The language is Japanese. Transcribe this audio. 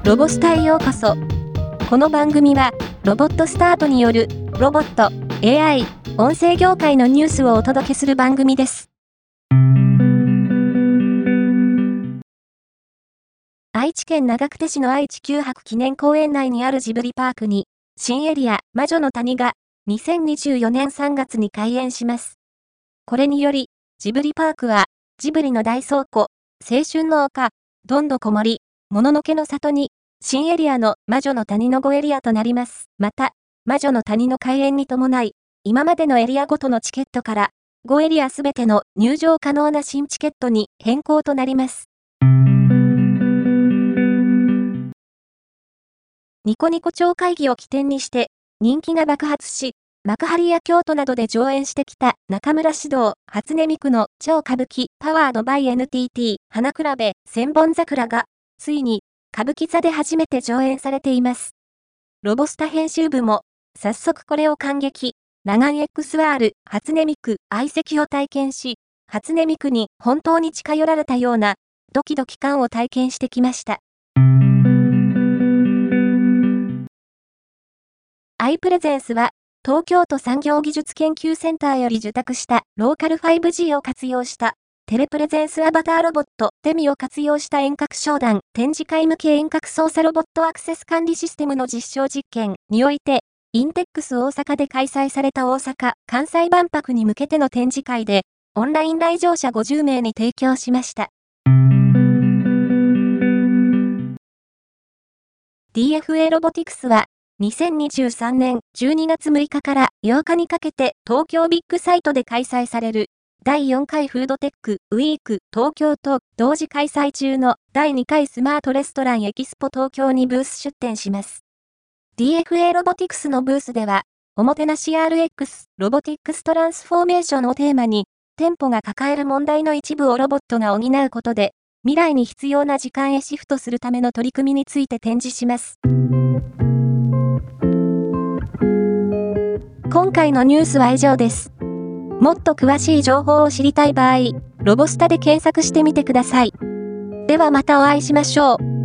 ロボスタへようこそ。この番組は、ロボットスタートによる、ロボット、AI、音声業界のニュースをお届けする番組です。愛知県長久手市の愛・地球博記念公園内にあるジブリパークに、新エリア、魔女の谷が、2024年3月に開園します。これにより、ジブリパークは、ジブリの大倉庫、青春の丘、どんどこ森、もののけの里に、新エリアの魔女の谷の5エリアとなります。また、魔女の谷の開園に伴い、今までのエリアごとのチケットから、5エリアすべての入場可能な新チケットに変更となります。ニコニコ超会議を起点にして、人気が爆発し、幕張や京都などで上演してきた中村獅童、初音ミクの超歌舞伎パワードバイ NTT 花比べ千本桜が、ついに歌舞伎座で初めて上演されています。ロボスタ編集部も、早速これを感激、ラガン XR 初音ミク相席を体験し、初音ミクに本当に近寄られたようなドキドキ感を体験してきました。iPresence は、東京都産業技術研究センターより受託したローカル 5G を活用したテレプレゼンスアバターロボットテミを活用した遠隔商談展示会向け遠隔操作ロボットアクセス管理システムの実証実験においてインテックス大阪で開催された大阪・関西万博に向けての展示会でオンライン来場者50名に提供しました。DFA ロボティクスは2023年12月6日から8日にかけて東京ビッグサイトで開催される第4回フードテックウィーク東京と同時開催中の第2回スマートレストランエキスポ東京にブース出展します。DFA ロボティクスのブースでは、おもてなし RX ロボティックストランスフォーメーションをテーマに、店舗が抱える問題の一部をロボットが補うことで、未来に必要な時間へシフトするための取り組みについて展示します。今回のニュースは以上です。もっと詳しい情報を知りたい場合、ロボスタで検索してみてください。ではまたお会いしましょう。